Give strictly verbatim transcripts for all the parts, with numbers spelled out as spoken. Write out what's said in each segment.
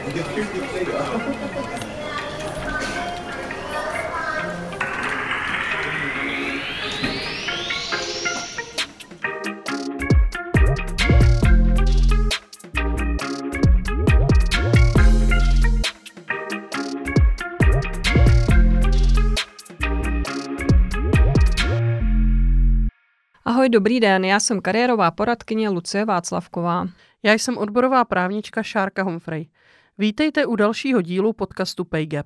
Ahoj, dobrý den, já jsem kariérová poradkyně Lucie Václavková. Já jsem odborová právnička Šárka Humphrey. Vítejte u dalšího dílu podcastu Pay Gap.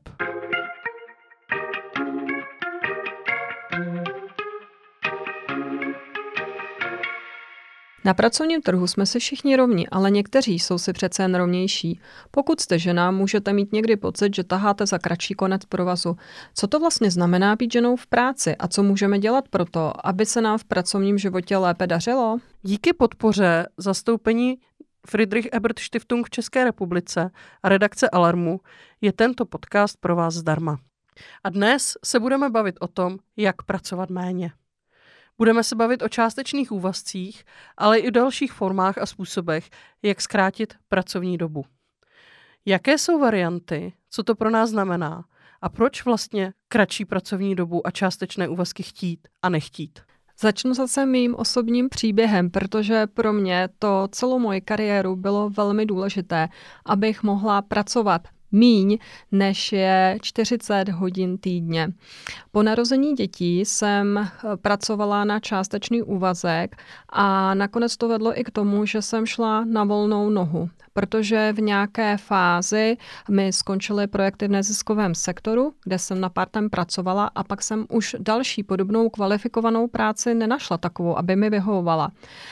Na pracovním trhu jsme si všichni rovni, ale někteří jsou si přece jen rovnější. Pokud jste žena, můžete mít někdy pocit, že taháte za kratší konec provazu. Co to vlastně znamená být ženou v práci a co můžeme dělat pro to, aby se nám v pracovním životě lépe dařilo? Díky podpoře zastoupení Friedrich Ebert Stiftung v České republice a redakce Alarmu je tento podcast pro vás zdarma. A dnes se budeme bavit o tom, jak pracovat méně. Budeme se bavit o částečných úvazcích, ale i o dalších formách a způsobech, jak zkrátit pracovní dobu. Jaké jsou varianty, co to pro nás znamená a proč vlastně kratší pracovní dobu a částečné úvazky chtít a nechtít? Začnu zase mým osobním příběhem, protože pro mě to celou moji kariéru bylo velmi důležité, abych mohla pracovat míň, než je čtyřicet hodin týdně. Po narození dětí jsem pracovala na částečný úvazek a nakonec to vedlo i k tomu, že jsem šla na volnou nohu, protože v nějaké fázi mi skončily projekty v neziskovém sektoru, kde jsem na part-time pracovala a pak jsem už další podobnou kvalifikovanou práci nenašla takovou, aby mi vyhovovala.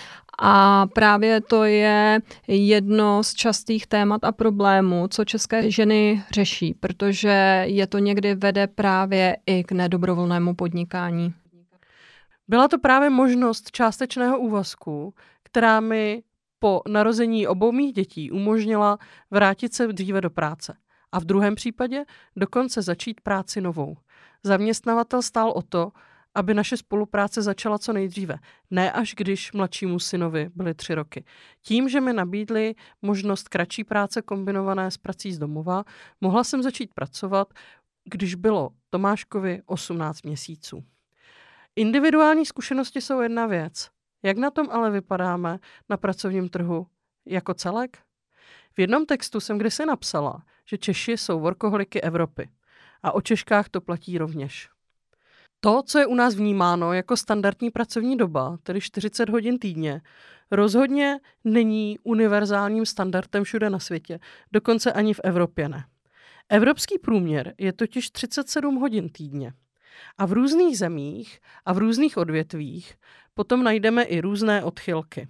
A právě to je jedno z častých témat a problémů, co české ženy řeší, protože je to někdy vede právě i k nedobrovolnému podnikání. Byla to právě možnost částečného úvazku, která mi po narození obou mých dětí umožnila vrátit se dříve do práce. A v druhém případě dokonce začít práci novou. Zaměstnavatel stál o to, aby naše spolupráce začala co nejdříve. Ne až když mladšímu synovi byly tři roky. Tím, že mi nabídli možnost kratší práce kombinované s prací z domova, mohla jsem začít pracovat, když bylo Tomáškovi osmnáct měsíců. Individuální zkušenosti jsou jedna věc. Jak na tom ale vypadáme na pracovním trhu jako celek? V jednom textu jsem kdysi napsala, že Češi jsou workoholiky Evropy. A o Češkách to platí rovněž. To, co je u nás vnímáno jako standardní pracovní doba, tedy čtyřicet hodin týdně, rozhodně není univerzálním standardem všude na světě, dokonce ani v Evropě ne. Evropský průměr je totiž třicet sedm hodin týdně. A v různých zemích a v různých odvětvích potom najdeme i různé odchylky.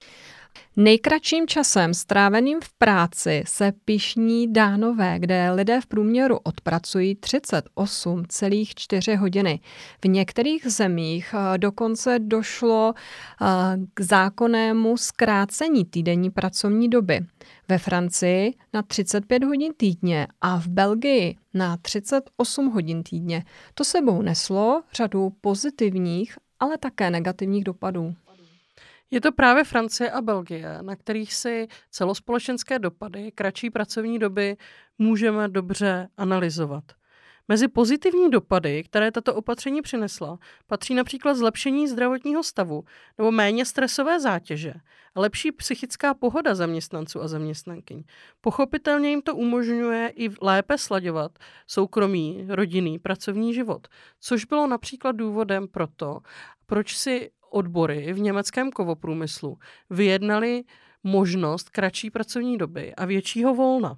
Nejkratším časem stráveným v práci se pyšní Dánové, kde lidé v průměru odpracují třicet osm celá čtyři hodiny. V některých zemích dokonce došlo k zákonnému zkrácení týdenní pracovní doby. Ve Francii na třicet pět hodin týdně a v Belgii na třicet osm hodin týdně. To sebou neslo řadu pozitivních, ale také negativních dopadů. Je to právě Francie a Belgie, na kterých si celospolečenské dopady kratší pracovní doby můžeme dobře analyzovat. Mezi pozitivní dopady, které tato opatření přinesla, patří například zlepšení zdravotního stavu nebo méně stresové zátěže a lepší psychická pohoda zaměstnanců a zaměstnankyň. Pochopitelně jim to umožňuje i lépe slaďovat soukromý, rodinný, pracovní život, což bylo například důvodem pro to, proč si odbory v německém kovoprůmyslu vyjednali možnost kratší pracovní doby a většího volna.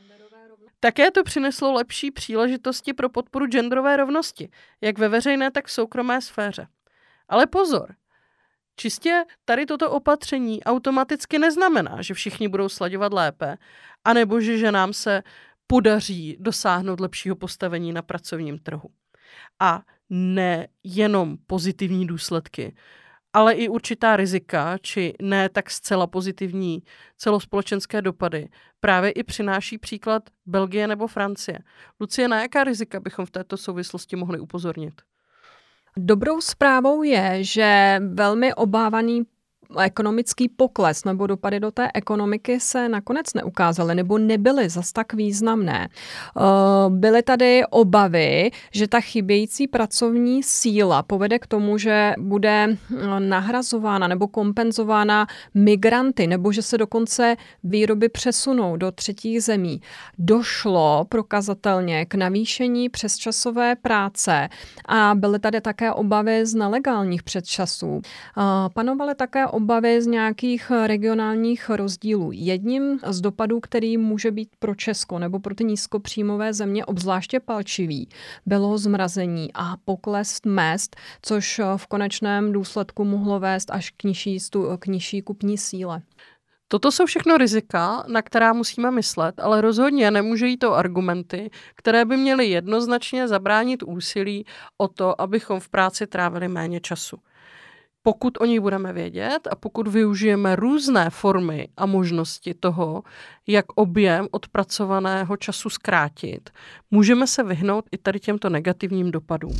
Také to přineslo lepší příležitosti pro podporu genderové rovnosti, jak ve veřejné, tak v soukromé sféře. Ale pozor, čistě tady toto opatření automaticky neznamená, že všichni budou slaďovat lépe, anebo že ženám se podaří dosáhnout lepšího postavení na pracovním trhu. A ne jenom pozitivní důsledky, ale i určitá rizika, či ne tak zcela pozitivní celospolečenské dopady právě i přináší příklad Belgie nebo Francie. Lucie, na jaká rizika bychom v této souvislosti mohli upozornit? Dobrou zprávou je, že velmi obávaný ekonomický pokles nebo dopady do té ekonomiky se nakonec neukázaly nebo nebyly zas tak významné. Byly tady obavy, že ta chybějící pracovní síla povede k tomu, že bude nahrazována nebo kompenzována migranty nebo že se dokonce výroby přesunou do třetích zemí. Došlo prokazatelně k navýšení přesčasové práce a byly tady také obavy z nelegálních přesčasů. Panovaly také obavy z nějakých regionálních rozdílů. Jedním z dopadů, který může být pro Česko nebo pro ty nízkopříjmové země obzvláště palčivý, bylo zmrazení a pokles mezd, což v konečném důsledku mohlo vést až k nižší, k nižší kupní síle. Toto jsou všechno rizika, na která musíme myslet, ale rozhodně nemůže jít o argumenty, které by měly jednoznačně zabránit úsilí o to, abychom v práci trávili méně času. Pokud o nich budeme vědět a pokud využijeme různé formy a možnosti toho, jak objem odpracovaného času zkrátit, můžeme se vyhnout i tady těmto negativním dopadům.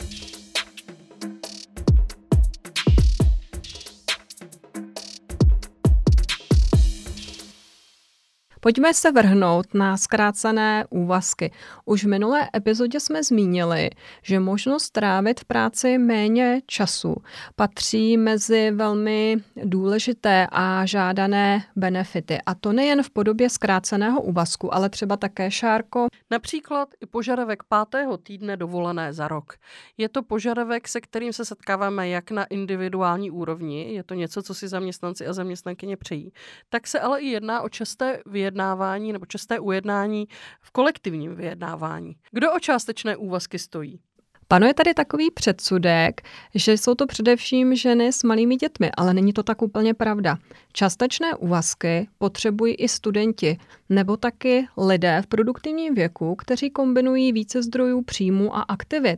Pojďme se vrhnout na zkrácené úvazky. Už v minulé epizodě jsme zmínili, že možnost trávit v práci méně času patří mezi velmi důležité a žádané benefity. A to nejen v podobě zkráceného úvazku, ale třeba také, Šárko. Například i požadavek pátého týdne dovolené za rok. Je to požadavek, se kterým se setkáváme jak na individuální úrovni, je to něco, co si zaměstnanci a zaměstnankyně přejí, tak se ale i jedná o časté vyjednávání nebo časté ujednání v kolektivním vyjednávání. Kdo o částečné úvazky stojí? Panuje tady takový předsudek, že jsou to především ženy s malými dětmi, ale není to tak úplně pravda. Částečné úvazky potřebují i studenti, nebo taky lidé v produktivním věku, kteří kombinují více zdrojů příjmu a aktivit,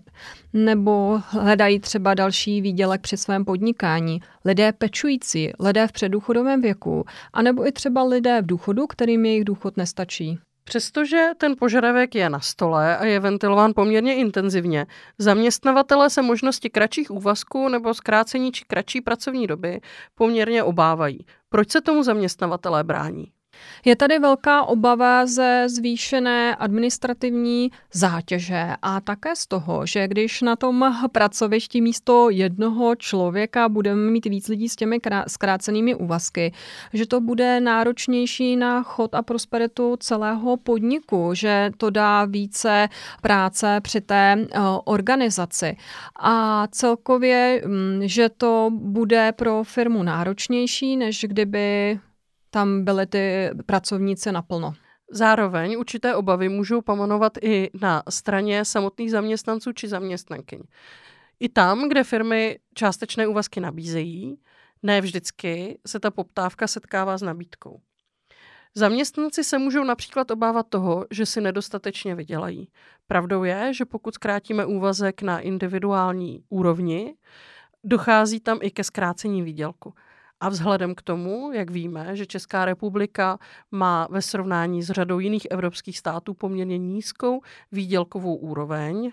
nebo hledají třeba další výdělek při svém podnikání, lidé pečující, lidé v předdůchodovém věku, anebo i třeba lidé v důchodu, kterým jejich důchod nestačí. Přestože ten požadavek je na stole a je ventilován poměrně intenzivně, zaměstnavatelé se možnosti kratších úvazků nebo zkrácení či kratší pracovní doby poměrně obávají. Proč se tomu zaměstnavatelé brání? Je tady velká obava ze zvýšené administrativní zátěže a také z toho, že když na tom pracovišti místo jednoho člověka budeme mít víc lidí s těmi zkrácenými úvazky, že to bude náročnější na chod a prosperitu celého podniku, že to dá více práce při té organizaci. A celkově, že to bude pro firmu náročnější, než kdyby tam byly ty pracovníci naplno. Zároveň určité obavy můžou pamanovat i na straně samotných zaměstnanců či zaměstnankyň. I tam, kde firmy částečné úvazky nabízejí, ne vždycky se ta poptávka setkává s nabídkou. Zaměstnanci se můžou například obávat toho, že si nedostatečně vydělají. Pravdou je, že pokud zkrátíme úvazek na individuální úrovni, dochází tam i ke zkrácení výdělku. A vzhledem k tomu, jak víme, že Česká republika má ve srovnání s řadou jiných evropských států poměrně nízkou výdělkovou úroveň,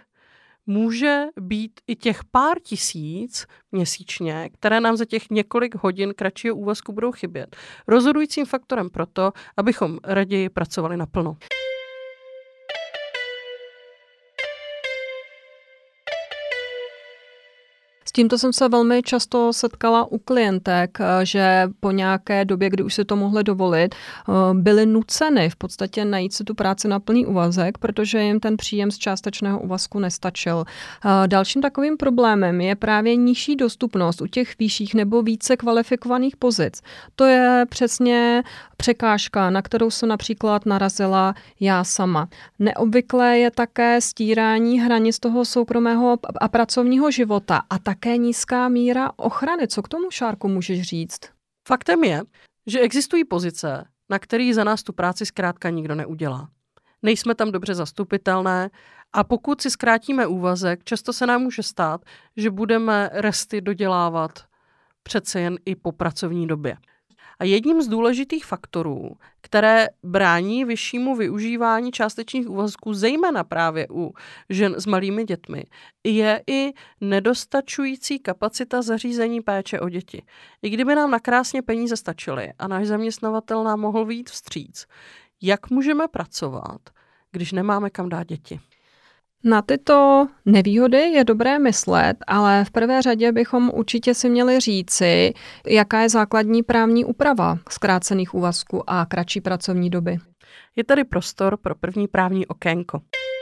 může být i těch pár tisíc měsíčně, které nám za těch několik hodin kratšího úvazku budou chybět, rozhodujícím faktorem proto, abychom raději pracovali naplno. S tímto jsem se velmi často setkala u klientek, že po nějaké době, kdy už si to mohly dovolit, byly nuceny v podstatě najít si tu práci na plný úvazek, protože jim ten příjem z částečného úvazku nestačil. Dalším takovým problémem je právě nižší dostupnost u těch vyšších nebo více kvalifikovaných pozic. To je přesně překážka, na kterou se například narazila já sama. Neobvyklé je také stírání hranic toho soukromého a pracovního života a také nízká míra ochrany. Co k tomu, Šárku, můžeš říct? Faktem je, že existují pozice, na kterých za nás tu práci zkrátka nikdo neudělá. Nejsme tam dobře zastupitelné a pokud si zkrátíme úvazek, často se nám může stát, že budeme resty dodělávat přece jen i po pracovní době. A jedním z důležitých faktorů, které brání vyššímu využívání částečných úvazků, zejména právě u žen s malými dětmi, je i nedostačující kapacita zařízení péče o děti. I kdyby nám nakrásně peníze stačily a náš zaměstnavatel nám mohl vyjít vstříc, jak můžeme pracovat, když nemáme kam dát děti? Na tyto nevýhody je dobré myslet, ale v prvé řadě bychom určitě si měli říci, jaká je základní právní úprava zkrácených úvazků a kratší pracovní doby. Je tady prostor pro první právní okénko.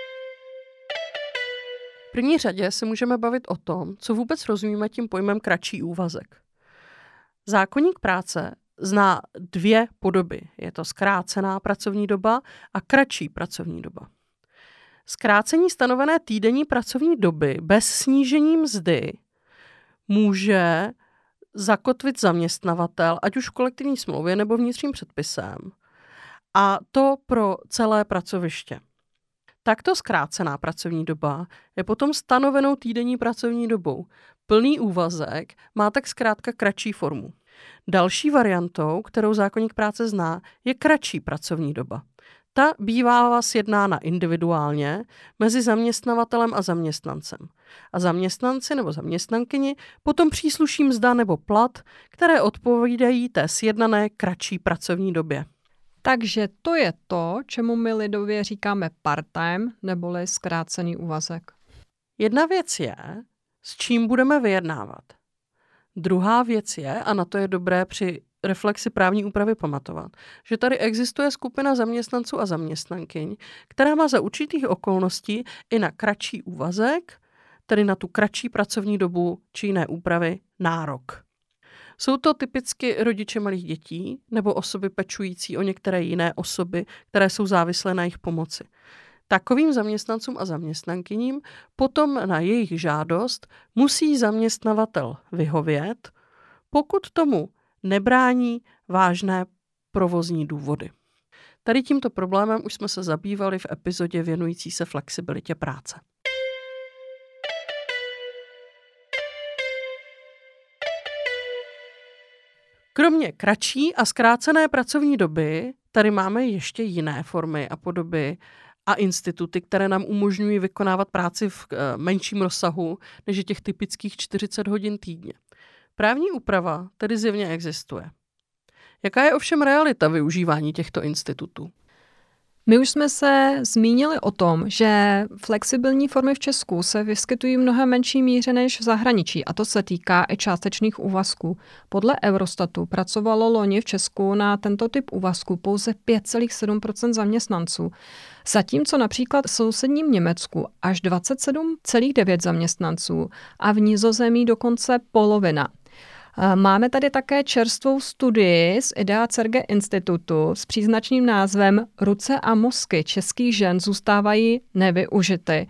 V první řadě se můžeme bavit o tom, co vůbec rozumíme tím pojmem kratší úvazek. Zákoník práce zná dvě podoby. Je to zkrácená pracovní doba a kratší pracovní doba. Zkrácení stanovené týdenní pracovní doby bez snížení mzdy může zakotvit zaměstnavatel, ať už v kolektivní smlouvě nebo vnitřním předpisem, a to pro celé pracoviště. Takto zkrácená pracovní doba je potom stanovenou týdenní pracovní dobou. Plný úvazek má tak zkrátka kratší formu. Další variantou, kterou zákoník práce zná, je kratší pracovní doba. Ta bývá sjednána individuálně mezi zaměstnavatelem a zaměstnancem. A zaměstnanci nebo zaměstnankyni potom přísluší mzda nebo plat, které odpovídají té sjednané kratší pracovní době. Takže to je to, čemu my lidově říkáme part-time neboli zkrácený úvazek. Jedna věc je, s čím budeme vyjednávat. Druhá věc je, a na to je dobré při reflexi právní úpravy pamatovat, že tady existuje skupina zaměstnanců a zaměstnankyň, která má za určitých okolností i na kratší úvazek, tedy na tu kratší pracovní dobu či jiné úpravy, nárok. Jsou to typicky rodiče malých dětí nebo osoby pečující o některé jiné osoby, které jsou závislé na jejich pomoci. Takovým zaměstnancům a zaměstnankyním potom na jejich žádost musí zaměstnavatel vyhovět, pokud tomu nebrání vážné provozní důvody. Tady tímto problémem už jsme se zabývali v epizodě věnující se flexibilitě práce. Kromě kratší a zkrácené pracovní doby tady máme ještě jiné formy a podoby a instituty, které nám umožňují vykonávat práci v menším rozsahu než je těch typických čtyřicet hodin týdně. Právní úprava tedy zjevně existuje. Jaká je ovšem realita využívání těchto institutů? My už jsme se zmínili o tom, že flexibilní formy v Česku se vyskytují v mnohem menší míře než v zahraničí a to se týká i částečných úvazků. Podle Eurostatu pracovalo loni v Česku na tento typ úvazku pouze pět celá sedm procenta zaměstnanců, zatímco například v sousedním Německu až dvacet sedm celá devět procenta zaměstnanců a v Nizozemí dokonce polovina. Máme tady také čerstvou studii z Idea Cerge institutu s příznačným názvem Ruce a mozky českých žen zůstávají nevyužity.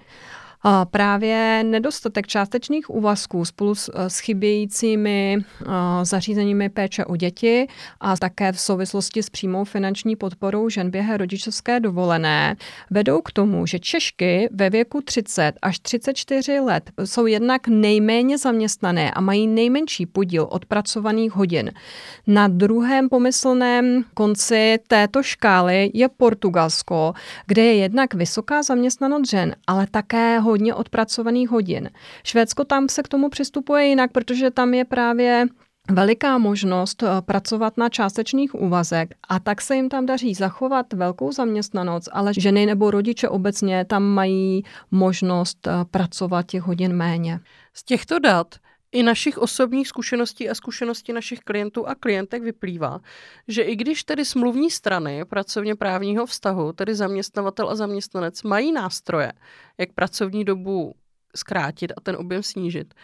A právě nedostatek částečných úvazků spolu s, s chybějícími a, zařízeními péče o děti a také v souvislosti s přímou finanční podporou žen během rodičovské dovolené vedou k tomu, že Češky ve věku třicet až třicet čtyři let jsou jednak nejméně zaměstnané a mají nejmenší podíl odpracovaných hodin. Na druhém pomyslném konci této škály je Portugalsko, kde je jednak vysoká zaměstnanost žen, ale také hodně odpracovaných hodin. Švédsko tam se k tomu přistupuje jinak, protože tam je právě veliká možnost pracovat na částečných úvazek a tak se jim tam daří zachovat velkou zaměstnanost, ale ženy nebo rodiče obecně tam mají možnost pracovat těch hodin méně. Z těchto dat i našich osobních zkušeností a zkušeností našich klientů a klientek vyplývá, že i když tedy smluvní strany pracovně právního vztahu, tedy zaměstnavatel a zaměstnanec, mají nástroje, jak pracovní dobu zkrátit a ten objem snížit,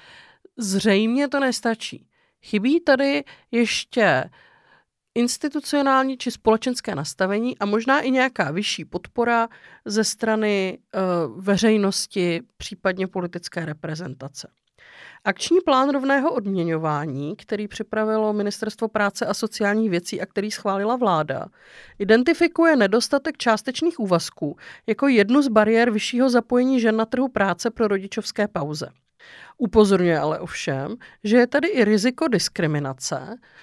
zřejmě to nestačí. Chybí tady ještě institucionální či společenské nastavení a možná i nějaká vyšší podpora ze strany e, veřejnosti, případně politické reprezentace. Akční plán rovného odměňování, který připravilo Ministerstvo práce a sociálních věcí a který schválila vláda, identifikuje nedostatek částečných úvazků jako jednu z bariér vyššího zapojení žen na trhu práce pro rodičovské pauze. Upozorňuje ale ovšem, že je tady i riziko diskriminace,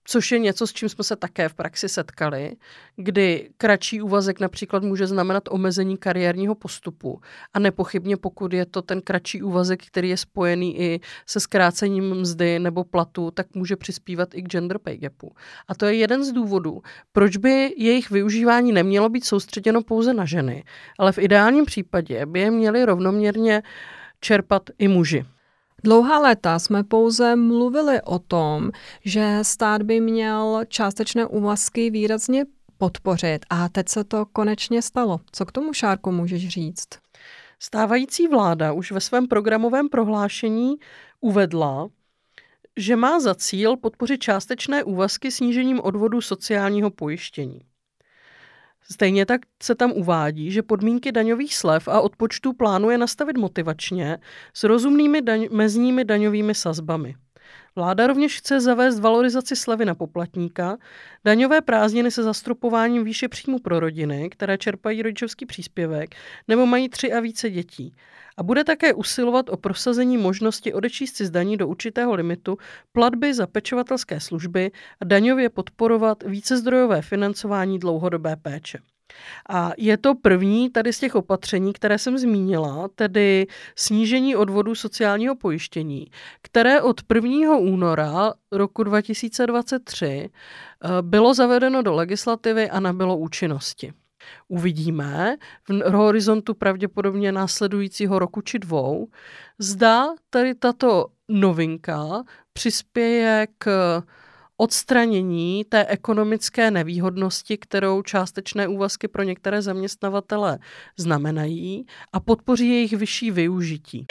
což je něco, s čím jsme se také v praxi setkali, kdy kratší úvazek například může znamenat omezení kariérního postupu a nepochybně pokud je to ten kratší úvazek, který je spojený i se zkrácením mzdy nebo platu, tak může přispívat i k gender pay gapu. A to je jeden z důvodů, proč by jejich využívání nemělo být soustředěno pouze na ženy, ale v ideálním případě by je měli rovnoměrně čerpat i muži. Dlouhá léta jsme pouze mluvili o tom, že stát by měl částečné úvazky výrazně podpořit a teď se to konečně stalo. Co k tomu, Šárko, můžeš říct? Stávající vláda už ve svém programovém prohlášení uvedla, že má za cíl podpořit částečné úvazky snížením odvodů sociálního pojištění. Stejně tak se tam uvádí, že podmínky daňových slev a odpočtů plánuje nastavit motivačně s rozumnými daň, mezními daňovými sazbami. Vláda rovněž chce zavést valorizaci slevy na poplatníka, daňové prázdniny se zastropováním výše příjmu pro rodiny, které čerpají rodičovský příspěvek nebo mají tři a více dětí. A bude také usilovat o prosazení možnosti odečíst si z daní do určitého limitu platby za pečovatelské služby a daňově podporovat vícezdrojové financování dlouhodobé péče. A je to první tady z těch opatření, které jsem zmínila, tedy snížení odvodů sociálního pojištění, které od prvního února roku dva tisíce dvacet tři bylo zavedeno do legislativy a nabylo účinnosti. Uvidíme v horizontu pravděpodobně následujícího roku či dvou, zda tady tato novinka přispěje k odstranění té ekonomické nevýhodnosti, kterou částečné úvazky pro některé zaměstnavatele znamenají a podpoří jejich vyšší využití.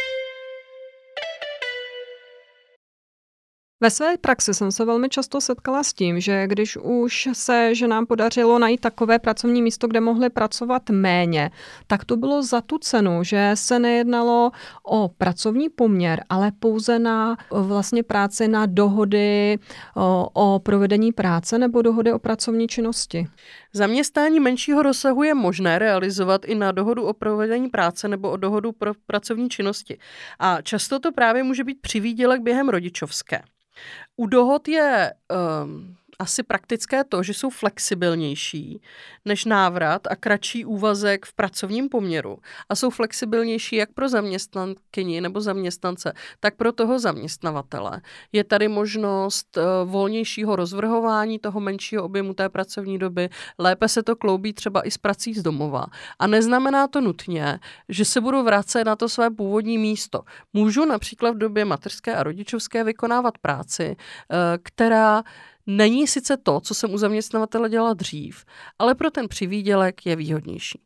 Ve své praxi jsem se velmi často setkala s tím, že když už se ženám podařilo najít takové pracovní místo, kde mohly pracovat méně, tak to bylo za tu cenu, že se nejednalo o pracovní poměr, ale pouze na vlastně práci na dohody o, o provedení práce nebo dohody o pracovní činnosti. Zaměstnání menšího rozsahu je možné realizovat i na dohodu o provedení práce nebo o dohodu pro pracovní činnosti. A často to právě může být přivýdělek během rodičovské. U dohod je um, asi praktické to, že jsou flexibilnější než návrat a kratší úvazek v pracovním poměru. A jsou flexibilnější jak pro zaměstnankyni nebo zaměstnance, tak pro toho zaměstnavatele. Je tady možnost uh, volnějšího rozvrhování toho menšího objemu té pracovní doby. Lépe se to kloubí třeba i s prací z domova. A neznamená to nutně, že se budu vracet na to své původní místo. Můžu například v době mateřské a rodičovské vykonávat práci, uh, která není sice to, co jsem u zaměstnavatele dělala dřív, ale pro ten přivýdělek je výhodnější.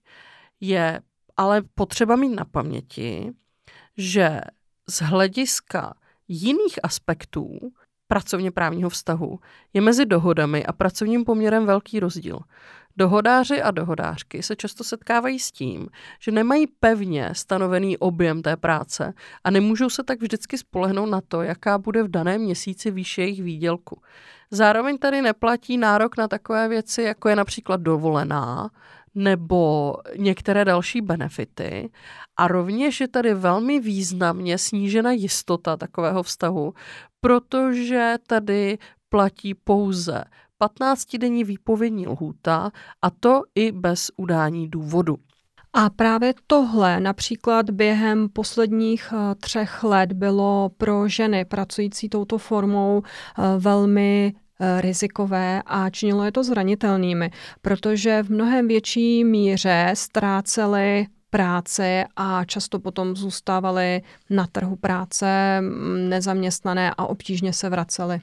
Je ale potřeba mít na paměti, že z hlediska jiných aspektů pracovně právního vztahu je mezi dohodami a pracovním poměrem velký rozdíl. Dohodáři a dohodářky se často setkávají s tím, že nemají pevně stanovený objem té práce a nemůžou se tak vždycky spolehnout na to, jaká bude v daném měsíci výše jejich výdělku. Zároveň tady neplatí nárok na takové věci, jako je například dovolená nebo některé další benefity. A rovněž je tady velmi významně snížena jistota takového vztahu, protože tady platí pouze patnáctidenní výpovědní lhůta a to i bez udání důvodu. A právě tohle například během posledních třech let bylo pro ženy pracující touto formou velmi rizikové a činilo je to zranitelnými, protože v mnohem větší míře ztrácely práci a často potom zůstávaly na trhu práce nezaměstnané a obtížně se vracely.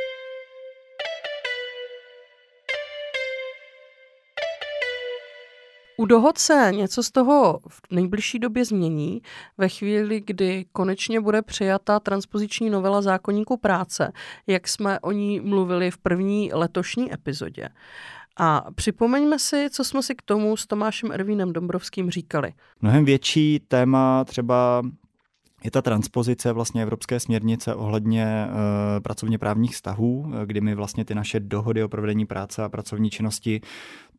U dohod se něco z toho v nejbližší době změní ve chvíli, kdy konečně bude přijata transpoziční novela zákoníku práce, jak jsme o ní mluvili v první letošní epizodě. A připomeňme si, co jsme si k tomu s Tomášem Ervínem Dombrovským říkali. Mnohem větší téma třeba je ta transpozice vlastně evropské směrnice ohledně e, pracovně právních vztahů, kdy my vlastně ty naše dohody o provedení práce a pracovní činnosti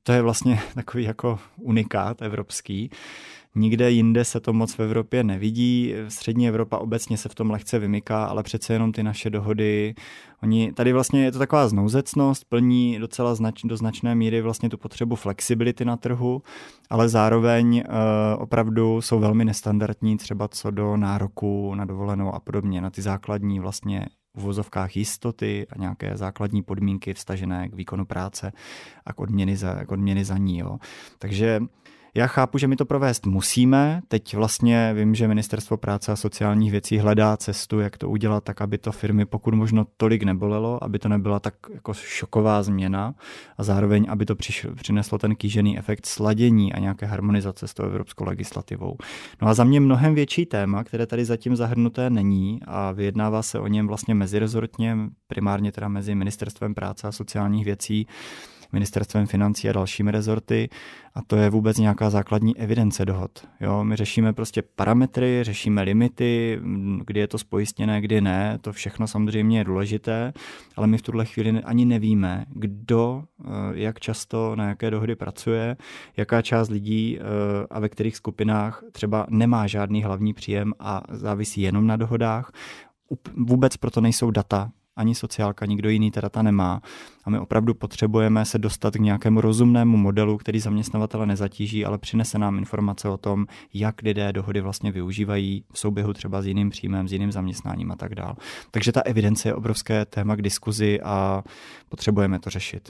to je vlastně takový jako unikát evropský. Nikde jinde se to moc v Evropě nevidí. Střední Evropa obecně se v tom lehce vymyká, ale přece jenom ty naše dohody, oni, tady vlastně je to taková znouzecnost, plní docela znač, do značné míry vlastně tu potřebu flexibility na trhu, ale zároveň e, opravdu jsou velmi nestandardní třeba co do nároku na dovolenou a podobně, na ty základní vlastně v uvozovkách jistoty a nějaké základní podmínky vztažené k výkonu práce a k odměny za, k odměny za ní. Jo. Takže já chápu, že my to provést musíme. Teď vlastně vím, že Ministerstvo práce a sociálních věcí hledá cestu, jak to udělat tak, aby to firmy pokud možno tolik nebolelo, aby to nebyla tak jako šoková změna a zároveň, aby to přišlo, přineslo ten kýžený efekt sladění a nějaké harmonizace s tou evropskou legislativou. No a za mě mnohem větší téma, které tady zatím zahrnuté není a vyjednává se o něm vlastně mezirezortně, primárně teda mezi Ministerstvem práce a sociálních věcí, Ministerstvem financí a dalšími rezorty, a to je vůbec nějaká základní evidence dohod. Jo, my řešíme prostě parametry, řešíme limity, kdy je to spojistněné, kdy ne, to všechno samozřejmě je důležité, ale my v tuhle chvíli ani nevíme, kdo, jak často na jaké dohody pracuje, jaká část lidí a ve kterých skupinách třeba nemá žádný hlavní příjem a závisí jenom na dohodách. Vůbec proto nejsou data, ani sociálka, nikdo jiný ta data nemá. A my opravdu potřebujeme se dostat k nějakému rozumnému modelu, který zaměstnavatele nezatíží, ale přinese nám informace o tom, jak lidé dohody vlastně využívají v souběhu třeba s jiným příjmem, s jiným zaměstnáním a tak dál. Takže ta evidence je obrovské téma k diskuzi a potřebujeme to řešit.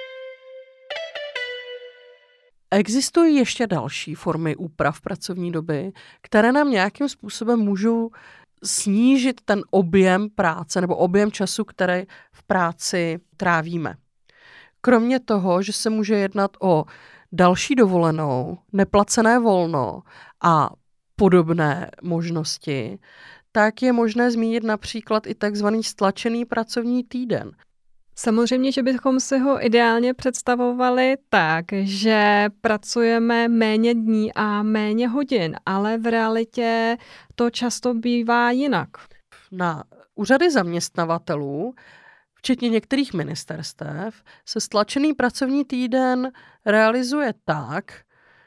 Existují ještě další formy úprav pracovní doby, které nám nějakým způsobem můžou snížit ten objem práce nebo objem času, který v práci trávíme. Kromě toho, že se může jednat o další dovolenou, neplacené volno a podobné možnosti, tak je možné zmínit například i takzvaný stlačený pracovní týden. Samozřejmě, že bychom si ho ideálně představovali tak, že pracujeme méně dní a méně hodin, ale v realitě to často bývá jinak. Na úřady zaměstnavatelů, včetně některých ministerstev, se stlačený pracovní týden realizuje tak,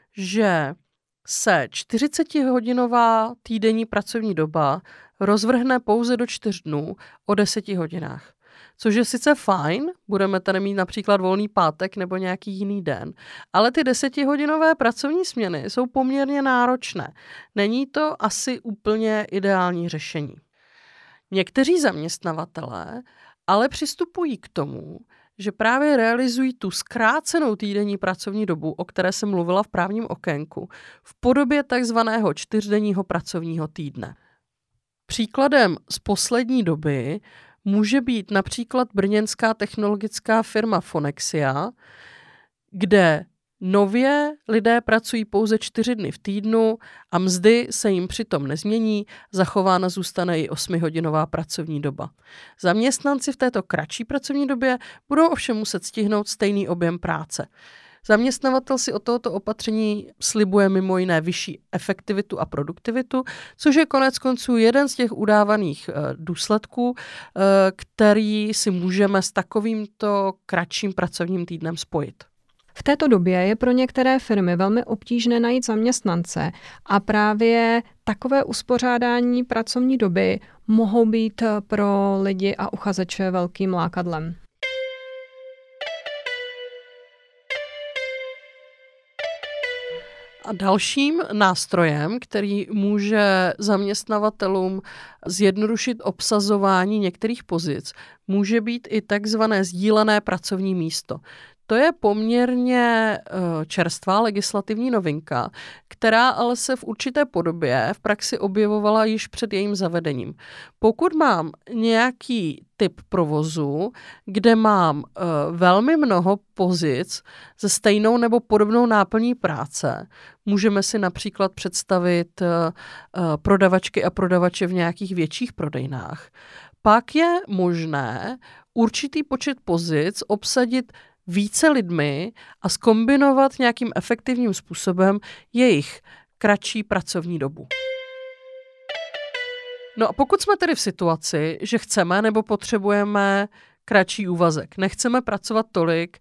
že se čtyřicetihodinová týdenní pracovní doba rozvrhne pouze do čtyř dnů o deseti hodinách. Což je sice fajn, budeme tady mít například volný pátek nebo nějaký jiný den, ale ty desetihodinové pracovní směny jsou poměrně náročné. Není to asi úplně ideální řešení. Někteří zaměstnavatelé ale přistupují k tomu, že právě realizují tu zkrácenou týdenní pracovní dobu, o které jsem mluvila v právním okénku, v podobě takzvaného čtyřdenního pracovního týdne. Příkladem z poslední doby může být například brněnská technologická firma Fonexia, kde nově lidé pracují pouze čtyři dny v týdnu a mzdy se jim přitom nezmění, zachována zůstane i osmihodinová pracovní doba. Zaměstnanci v této kratší pracovní době budou ovšem muset stihnout stejný objem práce. Zaměstnavatel si od tohoto opatření slibuje mimo jiné vyšší efektivitu a produktivitu, což je konec konců jeden z těch udávaných důsledků, který si můžeme s takovýmto kratším pracovním týdnem spojit. V této době je pro některé firmy velmi obtížné najít zaměstnance a právě takové uspořádání pracovní doby mohou být pro lidi a uchazeče velkým lákadlem. A dalším nástrojem, který může zaměstnavatelům zjednodušit obsazování některých pozic, může být i takzvané sdílené pracovní místo. To je poměrně čerstvá legislativní novinka, která ale se v určité podobě v praxi objevovala již před jejím zavedením. Pokud mám nějaký typ provozu, kde mám velmi mnoho pozic se stejnou nebo podobnou náplní práce, můžeme si například představit prodavačky a prodavače v nějakých větších prodejnách, pak je možné určitý počet pozic obsadit více lidmi a zkombinovat nějakým efektivním způsobem jejich kratší pracovní dobu. No a pokud jsme tedy v situaci, že chceme nebo potřebujeme kratší úvazek, nechceme pracovat tolik,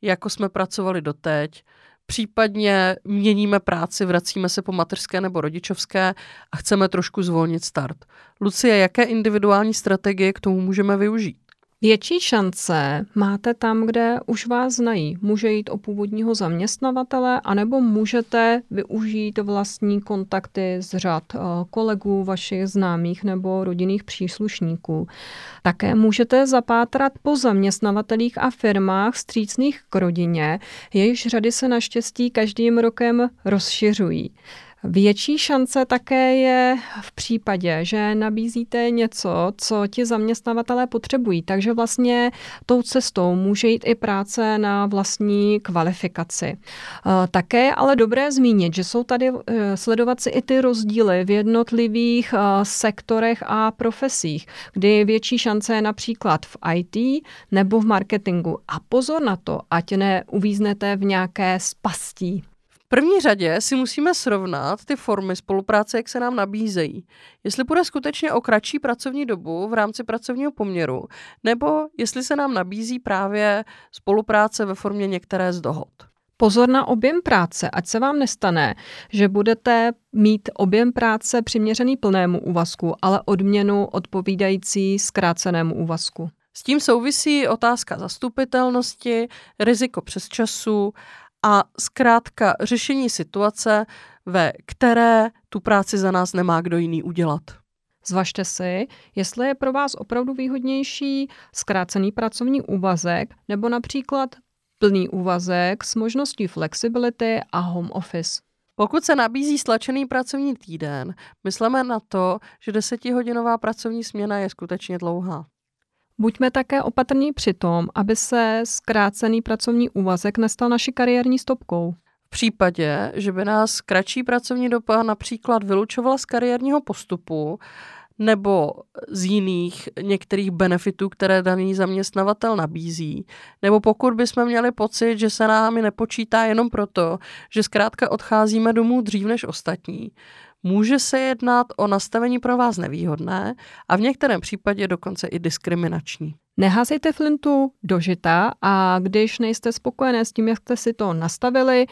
jako jsme pracovali doteď, případně měníme práci, vracíme se po mateřské nebo rodičovské a chceme trošku zvolnit start. Lucie, jaké individuální strategie k tomu můžeme využít? Větší šance máte tam, kde už vás znají. Může jít o původního zaměstnavatele, anebo můžete využít vlastní kontakty z řad kolegů, vašich známých nebo rodinných příslušníků. Také můžete zapátrat po zaměstnavatelích a firmách vstřícných k rodině, jejichž řady se naštěstí každým rokem rozšiřují. Větší šance také je v případě, že nabízíte něco, co ti zaměstnavatelé potřebují. Takže vlastně tou cestou může jít i práce na vlastní kvalifikaci. Také je ale dobré zmínit, že jsou tady sledovat si i ty rozdíly v jednotlivých sektorech a profesích, kdy větší šance je například v í té nebo v marketingu. A pozor na to, ať neuvíznete v nějaké spastí. V první řadě si musíme srovnat ty formy spolupráce, jak se nám nabízejí. Jestli bude skutečně o kratší pracovní dobu v rámci pracovního poměru, nebo jestli se nám nabízí právě spolupráce ve formě některé z dohod. Pozor na objem práce, ať se vám nestane, že budete mít objem práce přiměřený plnému úvazku, ale odměnu odpovídající zkrácenému úvazku. S tím souvisí otázka zastupitelnosti, riziko přesčasu a zkrátka řešení situace, ve které tu práci za nás nemá kdo jiný udělat. Zvažte si, jestli je pro vás opravdu výhodnější zkrácený pracovní úvazek nebo například plný úvazek s možností flexibility a home office. Pokud se nabízí stlačený pracovní týden, myslíme na to, že desetihodinová pracovní směna je skutečně dlouhá. Buďme také opatrní při tom, aby se zkrácený pracovní úvazek nestal naší kariérní stopkou. V případě, že by nás kratší pracovní doba například vylučovala z kariérního postupu nebo z jiných některých benefitů, které daný zaměstnavatel nabízí, nebo pokud bychom měli pocit, že se námi nepočítá jenom proto, že zkrátka odcházíme domů dřív než ostatní, může se jednat o nastavení pro vás nevýhodné a v některém případě dokonce i diskriminační. Neházejte flintu do žita a když nejste spokojené s tím, jak jste si to nastavili,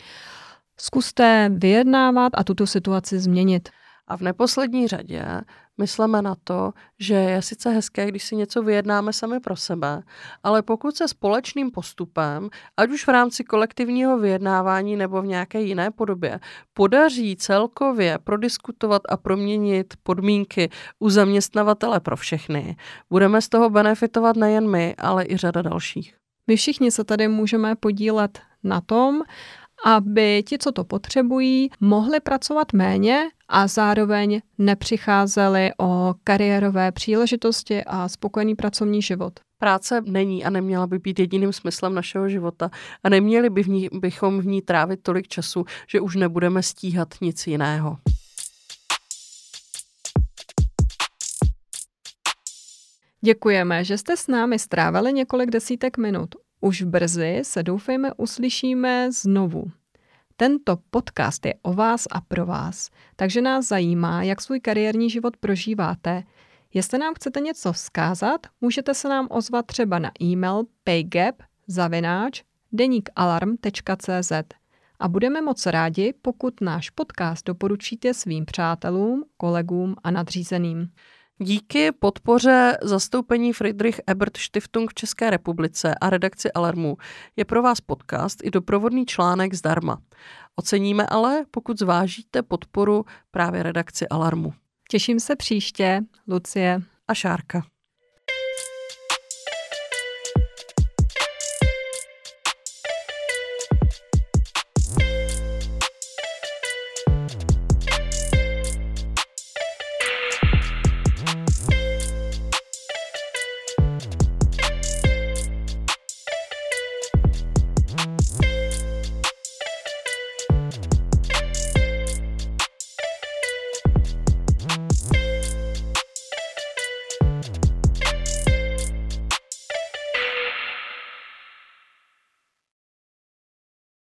zkuste vyjednávat a tuto situaci změnit. A v neposlední řadě myslíme na to, že je sice hezké, když si něco vyjednáme sami pro sebe, ale pokud se společným postupem, ať už v rámci kolektivního vyjednávání nebo v nějaké jiné podobě, podaří celkově prodiskutovat a proměnit podmínky u zaměstnavatele pro všechny, budeme z toho benefitovat nejen my, ale i řada dalších. My všichni se tady můžeme podílet na tom, aby ti, co to potřebují, mohli pracovat méně a zároveň nepřicházeli o kariérové příležitosti a spokojený pracovní život. Práce není a neměla by být jediným smyslem našeho života a neměli by v ní, bychom v ní trávit tolik času, že už nebudeme stíhat nic jiného. Děkujeme, že jste s námi strávili několik desítek minut. Už brzy se doufejme uslyšíme znovu. Tento podcast je o vás a pro vás, takže nás zajímá, jak svůj kariérní život prožíváte. Jestli nám chcete něco vzkázat, můžete se nám ozvat třeba na e-mail paygap zavináč deník alarm tečka cé zet. A budeme moc rádi, pokud náš podcast doporučíte svým přátelům, kolegům a nadřízeným. Díky podpoře zastoupení Friedrich Ebert Stiftung v České republice a redakci Alarmu je pro vás podcast i doprovodný článek zdarma. Oceníme ale, pokud zvážíte podporu právě redakci Alarmu. Těším se příště, Lucie a Šárka.